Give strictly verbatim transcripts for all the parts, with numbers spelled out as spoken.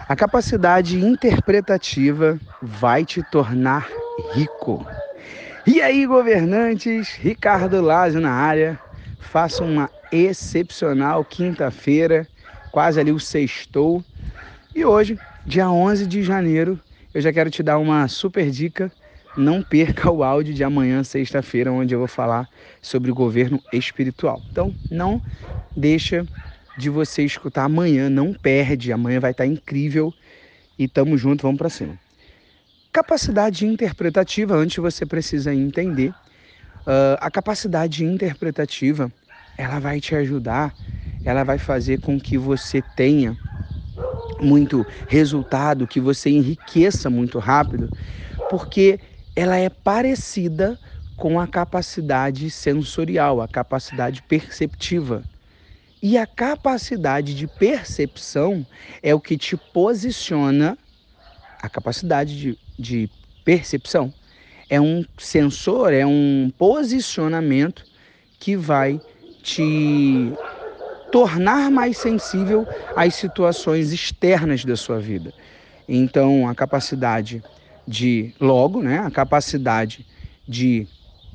A capacidade interpretativa vai te tornar rico. E aí, governantes, Ricardo Lázio na área. Faça uma excepcional quinta-feira, quase ali o sextou. E hoje, dia onze de janeiro, eu já quero te dar uma super dica. Não perca o áudio de amanhã, sexta-feira, onde eu vou falar sobre o governo espiritual. Então, não deixa de você escutar amanhã, não perde. Amanhã vai estar incrível e tamo junto, vamos para cima. Capacidade interpretativa, antes você precisa entender. Uh, a capacidade interpretativa, ela vai te ajudar, ela vai fazer com que você tenha muito resultado, que você enriqueça muito rápido, porque ela é parecida com a capacidade sensorial, a capacidade perceptiva. E a capacidade de percepção é o que te posiciona, a capacidade de, de percepção é um sensor, é um posicionamento que vai te tornar mais sensível às situações externas da sua vida. Então, a capacidade de, logo, né, a capacidade de,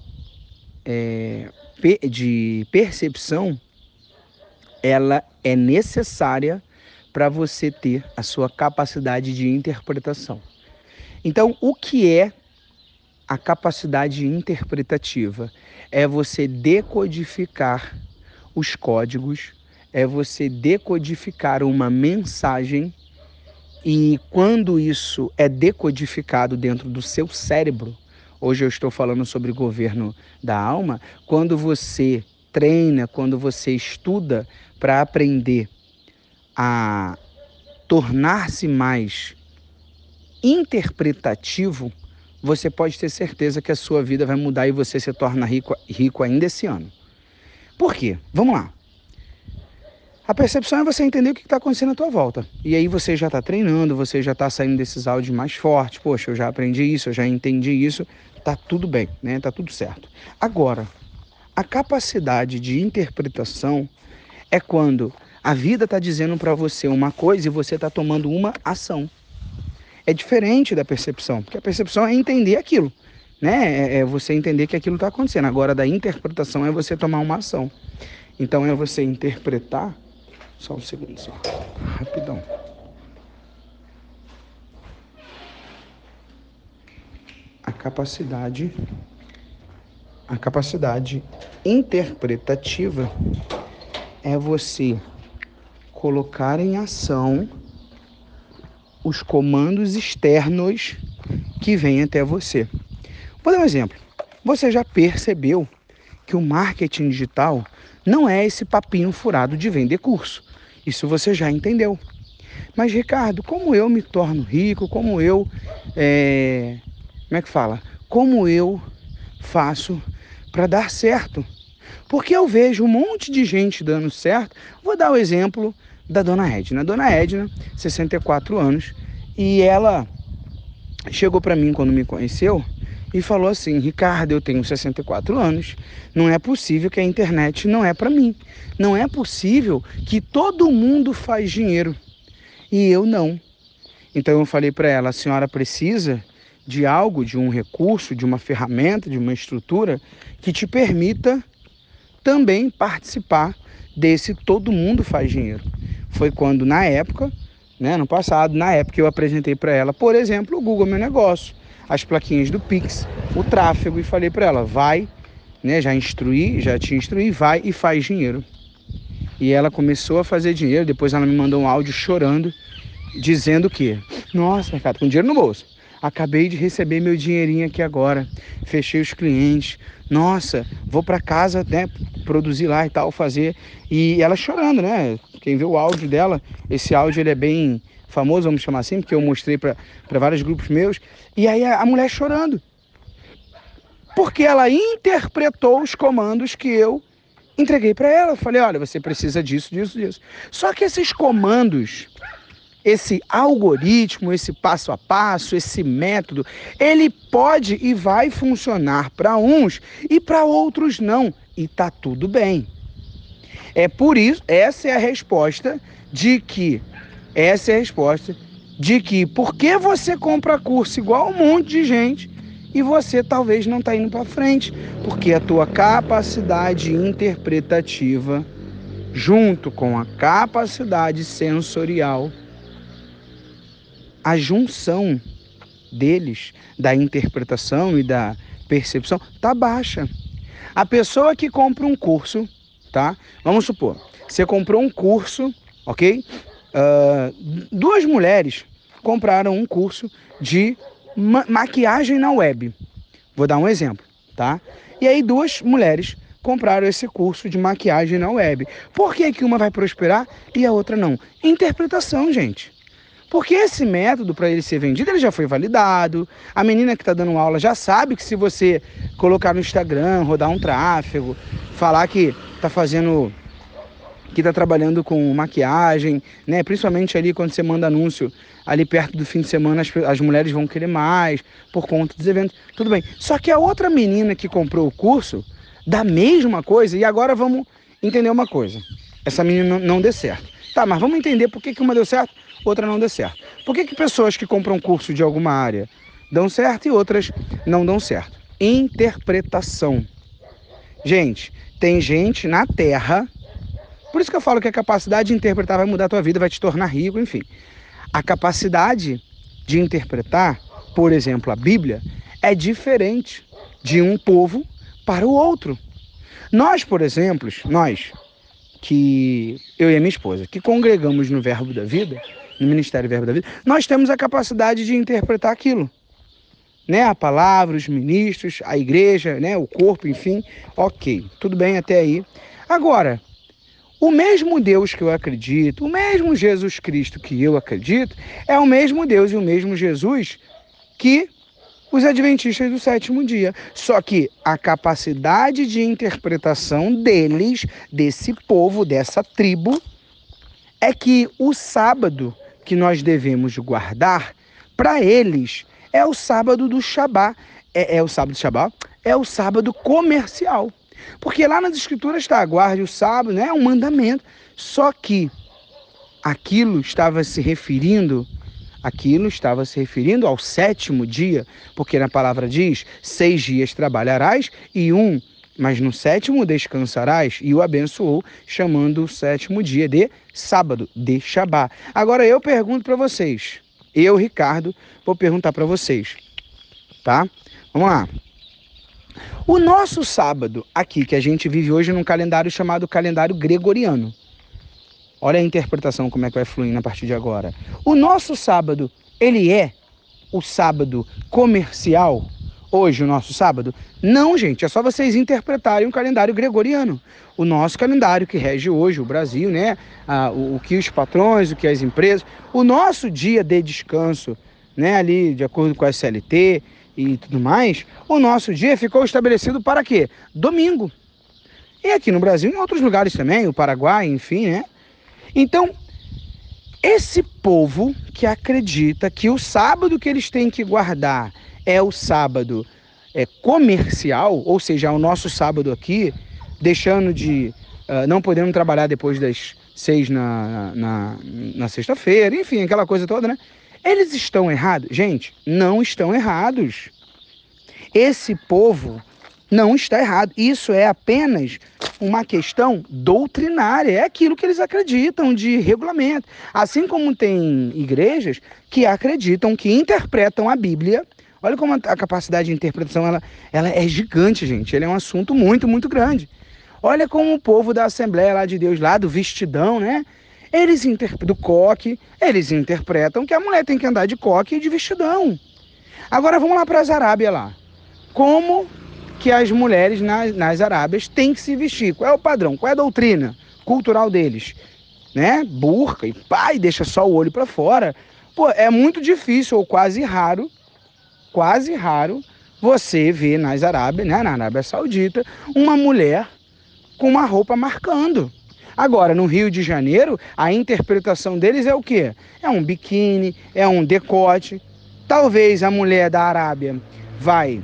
é, de percepção, ela é necessária para você ter a sua capacidade de interpretação. Então, o que é a capacidade interpretativa? É você decodificar os códigos, é você decodificar uma mensagem, e quando isso é decodificado dentro do seu cérebro, hoje eu estou falando sobre o governo da alma, quando você treina, quando você estuda para aprender a tornar-se mais interpretativo, você pode ter certeza que a sua vida vai mudar e você se torna rico, rico ainda esse ano. Por quê? Vamos lá. A percepção é você entender o que está acontecendo à tua volta. E aí você já está treinando, você já está saindo desses áudios mais fortes. Poxa, eu já aprendi isso, eu já entendi isso. Tá tudo bem, né? Tá tudo certo. Agora, a capacidade de interpretação é quando a vida está dizendo para você uma coisa e você está tomando uma ação. É diferente da percepção, porque a percepção é entender aquilo, né? É você entender que aquilo está acontecendo. Agora, da interpretação é você tomar uma ação. Então, é você interpretar. Só um segundo, só. Rapidão. A capacidade, a capacidade interpretativa é você colocar em ação os comandos externos que vêm até você. Vou dar um exemplo. Você já percebeu que o marketing digital não é esse papinho furado de vender curso. Isso você já entendeu. Mas, Ricardo, como eu me torno rico? Como eu... É... Como é que fala? Como eu faço para dar certo? Porque eu vejo um monte de gente dando certo. Vou dar o exemplo da Dona Edna. Dona Edna, sessenta e quatro anos, e ela chegou para mim quando me conheceu e falou assim: Ricardo, eu tenho sessenta e quatro anos, não é possível que a internet não é para mim. Não é possível que todo mundo faz dinheiro e eu não. Então eu falei para ela: a senhora precisa de algo, de um recurso, de uma ferramenta, de uma estrutura que te permita também participar desse todo mundo faz dinheiro. Foi quando, na época, né, no passado, na época eu apresentei para ela, por exemplo, o Google Meu Negócio, as plaquinhas do Pix, o tráfego, e falei para ela: vai, né, já instruí, já te instruí, vai e faz dinheiro. E ela começou a fazer dinheiro. Depois ela me mandou um áudio chorando, dizendo que: nossa, Ricardo, com dinheiro no bolso, acabei de receber meu dinheirinho aqui agora, fechei os clientes, nossa, vou para casa, né, produzir lá e tal, fazer. E ela chorando, né? Quem vê o áudio dela, esse áudio ele é bem famoso, vamos chamar assim, porque eu mostrei para vários grupos meus. E aí a, a mulher chorando, porque ela interpretou os comandos que eu entreguei para ela. Eu falei: olha, você precisa disso, disso, disso. Só que esses comandos, esse algoritmo, esse passo a passo, esse método, ele pode e vai funcionar para uns e para outros não. E tá tudo bem. É por isso, essa é a resposta de que, essa é a resposta de que por que você compra curso igual um monte de gente e você talvez não está indo para frente, porque a tua capacidade interpretativa, junto com a capacidade sensorial, a junção deles, da interpretação e da percepção, tá baixa. A pessoa que compra um curso, tá? Vamos supor, você comprou um curso, ok? Uh, duas mulheres compraram um curso de ma- maquiagem na web. Vou dar um exemplo, tá? E aí duas mulheres compraram esse curso de maquiagem na web. Por que que uma vai prosperar e a outra não? Interpretação, gente. Porque esse método, para ele ser vendido, ele já foi validado. A menina que está dando aula já sabe que se você colocar no Instagram, rodar um tráfego, falar que está fazendo, que está trabalhando com maquiagem, né? Principalmente ali quando você manda anúncio ali perto do fim de semana, as, as mulheres vão querer mais por conta dos eventos. Tudo bem. Só que a outra menina que comprou o curso da mesma coisa, e agora vamos entender uma coisa. Essa menina não, não deu certo. Tá, mas vamos entender por que, que uma deu certo, outra não deu certo. Por que, que pessoas que compram curso de alguma área dão certo e outras não dão certo? Interpretação. Gente, tem gente na Terra, por isso que eu falo que a capacidade de interpretar vai mudar a tua vida, vai te tornar rico, enfim. A capacidade de interpretar, por exemplo, a Bíblia, é diferente de um povo para o outro. Nós, por exemplo, nós, que eu e a minha esposa, que congregamos no Verbo da Vida, no Ministério Verbo da Vida, nós temos a capacidade de interpretar aquilo, né? A palavra, os ministros, a igreja, né? O corpo, enfim, ok, tudo bem até aí. Agora, o mesmo Deus que eu acredito, o mesmo Jesus Cristo que eu acredito, é o mesmo Deus e o mesmo Jesus que os adventistas do sétimo dia. Só que a capacidade de interpretação deles, desse povo, dessa tribo, é que o sábado que nós devemos guardar, para eles, é o sábado do Shabá. É, é o sábado do Shabá? É o sábado comercial. Porque lá nas escrituras está, guarde o sábado, né? É um mandamento. Só que aquilo estava se referindo, aquilo estava se referindo ao sétimo dia, porque na palavra diz, seis dias trabalharás e um, mas no sétimo descansarás, e o abençoou, chamando o sétimo dia de sábado, de Shabá. Agora eu pergunto para vocês, eu, Ricardo, vou perguntar para vocês, tá? Vamos lá. O nosso sábado aqui, que a gente vive hoje num calendário chamado calendário gregoriano. Olha a interpretação como é que vai fluindo a partir de agora. O nosso sábado, ele é o sábado comercial? Hoje, o nosso sábado? Não, gente, é só vocês interpretarem o calendário gregoriano. O nosso calendário que rege hoje o Brasil, né? Ah, o, o que os patrões, o que as empresas. O nosso dia de descanso, né? Ali, de acordo com a S L T e tudo mais, o nosso dia ficou estabelecido para quê? Domingo. E aqui no Brasil, em outros lugares também, o Paraguai, enfim, né? Então, esse povo que acredita que o sábado que eles têm que guardar é o sábado é, comercial, ou seja, o nosso sábado aqui, deixando de... Uh, não podendo trabalhar depois das seis na, na, na sexta-feira, enfim, aquela coisa toda, né? Eles estão errados? Gente, não estão errados. Esse povo não está errado. Isso é apenas uma questão doutrinária. É aquilo que eles acreditam de regulamento. Assim como tem igrejas que acreditam, que interpretam a Bíblia. Olha como a capacidade de interpretação ela, ela é gigante, gente. Ele é um assunto muito, muito grande. Olha como o povo da Assembleia lá de Deus, lá do vestidão, né? Eles interpretam, do coque, eles interpretam que a mulher tem que andar de coque e de vestidão. Agora vamos lá para as Arábias lá. Como que as mulheres nas, nas Arábias têm que se vestir? Qual é o padrão? Qual é a doutrina cultural deles? Né? Burca e pá, e deixa só o olho para fora. Pô, é muito difícil ou quase raro, quase raro, você ver nas Arábias, né, na Arábia Saudita, uma mulher com uma roupa marcando. Agora, no Rio de Janeiro, a interpretação deles é o quê? É um biquíni, é um decote. Talvez a mulher da Arábia vai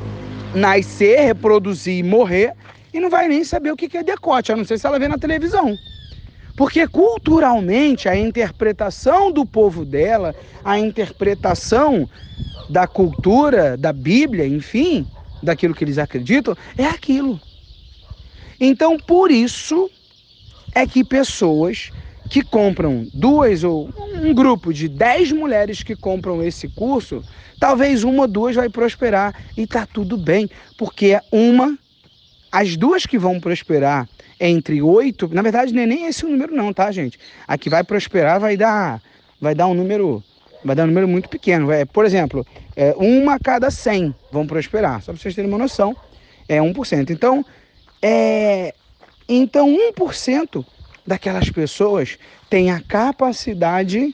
nascer, reproduzir e morrer e não vai nem saber o que é decote, a não ser se ela vê na televisão. Porque culturalmente a interpretação do povo dela, a interpretação da cultura, da Bíblia, enfim, daquilo que eles acreditam, é aquilo. Então, por isso é que pessoas que compram duas ou um grupo de dez mulheres que compram esse curso, talvez uma ou duas vai prosperar e tá tudo bem, porque uma, as duas que vão prosperar entre oito, na verdade não é nem esse o número não, tá, gente? A que vai prosperar vai dar, vai dar um número, vai dar um número muito pequeno. É, por exemplo, é, uma a cada cem vão prosperar, só para vocês terem uma noção, é um por cento. Então, é, então um por cento daquelas pessoas tem a capacidade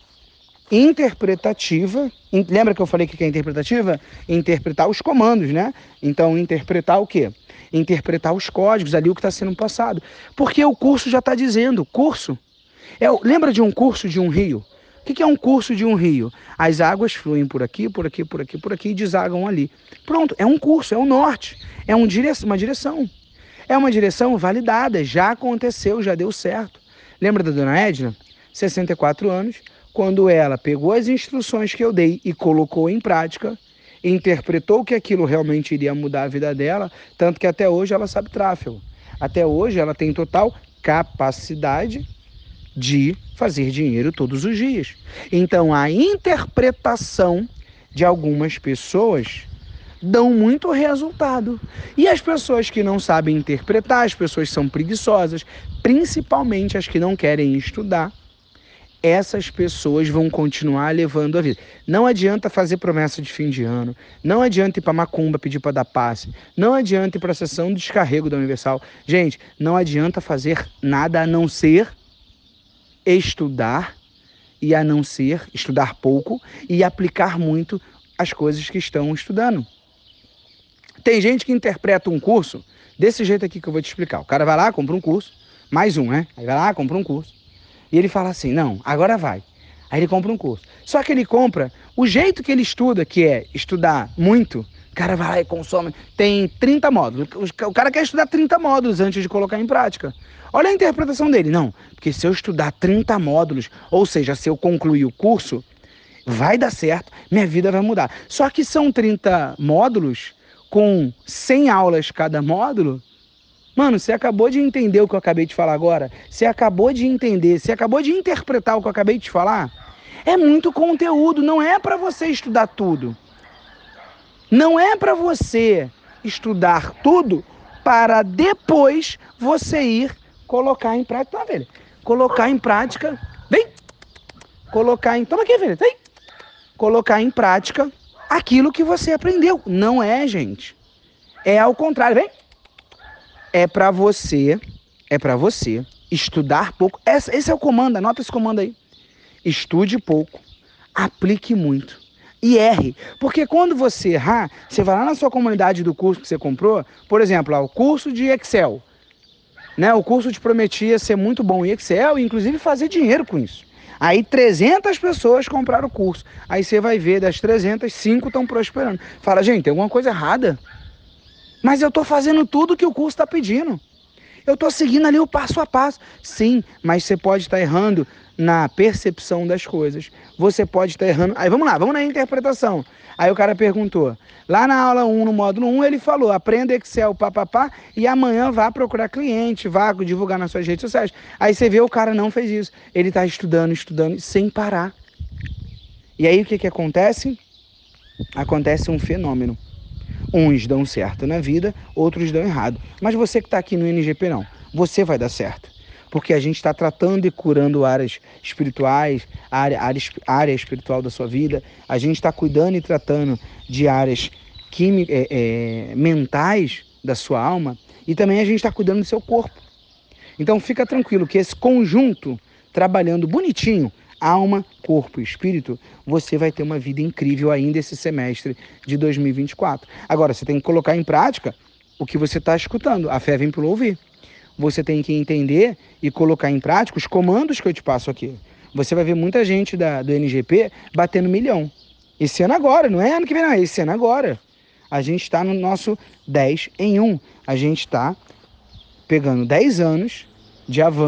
interpretativa. Lembra que eu falei que é interpretativa? Interpretar os comandos, né? Então, interpretar o quê? Interpretar os códigos ali, o que está sendo passado. Porque o curso já está dizendo, curso. É, lembra de um curso de um rio? O que é um curso de um rio? As águas fluem por aqui, por aqui, por aqui, por aqui e desagam ali. Pronto, é um curso, é um norte, é um dire... uma direção. É uma direção validada, já aconteceu, já deu certo. Lembra da dona Edna? sessenta e quatro anos, quando ela pegou as instruções que eu dei e colocou em prática, interpretou que aquilo realmente iria mudar a vida dela, tanto que até hoje ela sabe tráfego. Até hoje ela tem total capacidade de fazer dinheiro todos os dias. Então a interpretação de algumas pessoas dão muito resultado. E as pessoas que não sabem interpretar, as pessoas são preguiçosas, principalmente as que não querem estudar, essas pessoas vão continuar levando a vida. Não adianta fazer promessa de fim de ano, não adianta ir para macumba pedir para dar passe, não adianta ir para a sessão de descarrego da Universal. Gente, não adianta fazer nada a não ser estudar e a não ser estudar pouco e aplicar muito as coisas que estão estudando. Tem gente que interpreta um curso desse jeito aqui que eu vou te explicar. O cara vai lá, compra um curso, mais um, né? Aí vai lá, compra um curso. E ele fala assim, não, agora vai. Aí ele compra um curso. Só que ele compra, o jeito que ele estuda, que é estudar muito, o cara vai lá e consome, tem trinta módulos. O cara quer estudar trinta módulos antes de colocar em prática. Olha a interpretação dele. Não, porque se eu estudar trinta módulos, ou seja, se eu concluir o curso, vai dar certo, minha vida vai mudar. Só que são trinta módulos com cem aulas cada módulo. Mano, você acabou de entender o que eu acabei de falar agora? Você acabou de entender, você acabou de interpretar o que eu acabei de falar? É muito conteúdo, não é para você estudar tudo. Não é para você estudar tudo para depois você ir colocar em prática. Tá, velho? Colocar em prática. Vem! Colocar em. Toma aqui, velho. Vem! Colocar em prática aquilo que você aprendeu. Não é, gente. É ao contrário. Vem! É para você, é para você estudar pouco. Esse, esse é o comando, anota esse comando aí. Estude pouco, aplique muito e erre. Porque quando você errar, você vai lá na sua comunidade do curso que você comprou, por exemplo, ó, o curso de Excel. Né? O curso te prometia ser muito bom em Excel e inclusive fazer dinheiro com isso. Aí trezentas pessoas compraram o curso. Aí você vai ver, das trezentas, cinco estão prosperando. Fala, gente, tem alguma coisa errada. Mas eu estou fazendo tudo que o curso está pedindo. Eu estou seguindo ali o passo a passo. Sim, mas você pode estar errando na percepção das coisas. Você pode estar errando... Aí vamos lá, vamos na interpretação. Aí o cara perguntou. Lá na aula um, no módulo um, ele falou, aprenda Excel, papapá, e amanhã vá procurar cliente, vá divulgar nas suas redes sociais. Aí você vê, o cara não fez isso. Ele está estudando, estudando, sem parar. E aí o que, que acontece? Acontece um fenômeno. Uns dão certo na vida, outros dão errado. Mas você que está aqui no N G P não. Você vai dar certo. Porque a gente está tratando e curando áreas espirituais, área, área, área espiritual da sua vida. A gente está cuidando e tratando de áreas químicas, é, é, mentais da sua alma. E também a gente está cuidando do seu corpo. Então fica tranquilo que esse conjunto, trabalhando bonitinho, alma, corpo e espírito, você vai ter uma vida incrível ainda esse semestre de dois mil e vinte e quatro. Agora, você tem que colocar em prática o que você está escutando. A fé vem pelo ouvir. Você tem que entender e colocar em prática os comandos que eu te passo aqui. Você vai ver muita gente da, do N G P batendo milhão. Esse ano agora, não é ano que vem não, é esse ano agora. A gente está no nosso dez em um. A gente está pegando dez anos de avanço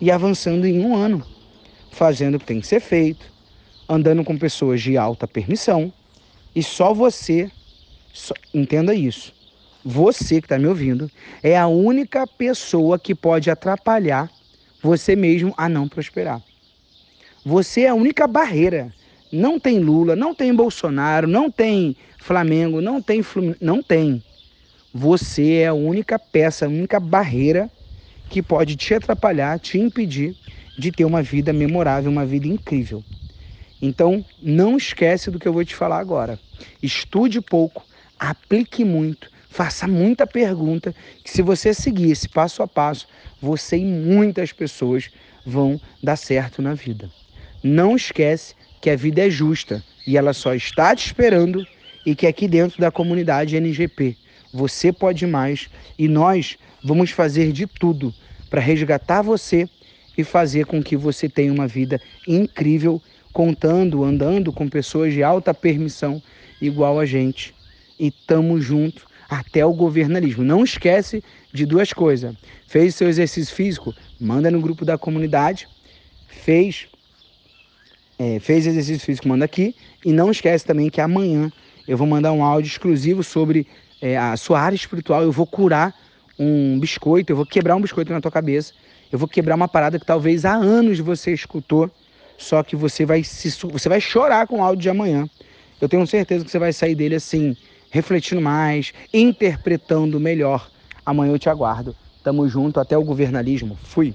e avançando em um ano, fazendo o que tem que ser feito, andando com pessoas de alta permissão, e só você, só, entenda isso, você que está me ouvindo, é a única pessoa que pode atrapalhar você mesmo a não prosperar. Você é a única barreira. Não tem Lula, não tem Bolsonaro, não tem Flamengo, não tem Fluminense, não tem. Você é a única peça, a única barreira que pode te atrapalhar, te impedir de ter uma vida memorável, uma vida incrível. Então, não esquece do que eu vou te falar agora. Estude pouco, aplique muito, faça muita pergunta, que se você seguir esse passo a passo, você e muitas pessoas vão dar certo na vida. Não esquece que a vida é justa e ela só está te esperando, e que aqui dentro da comunidade N G P você pode mais, e nós vamos fazer de tudo para resgatar você e fazer com que você tenha uma vida incrível, contando, andando com pessoas de alta permissão igual a gente. E tamo junto até o governalismo. Não esquece de duas coisas. Fez seu exercício físico? Manda no grupo da comunidade. Fez, é, fez exercício físico? Manda aqui. E não esquece também que amanhã eu vou mandar um áudio exclusivo sobre é, a sua área espiritual. Eu vou curar um biscoito, eu vou quebrar um biscoito na tua cabeça. Eu vou quebrar uma parada que talvez há anos você escutou, só que você vai, se, você vai chorar com o áudio de amanhã. Eu tenho certeza que você vai sair dele assim, refletindo mais, interpretando melhor. Amanhã eu te aguardo. Tamo junto, até o governalismo. Fui!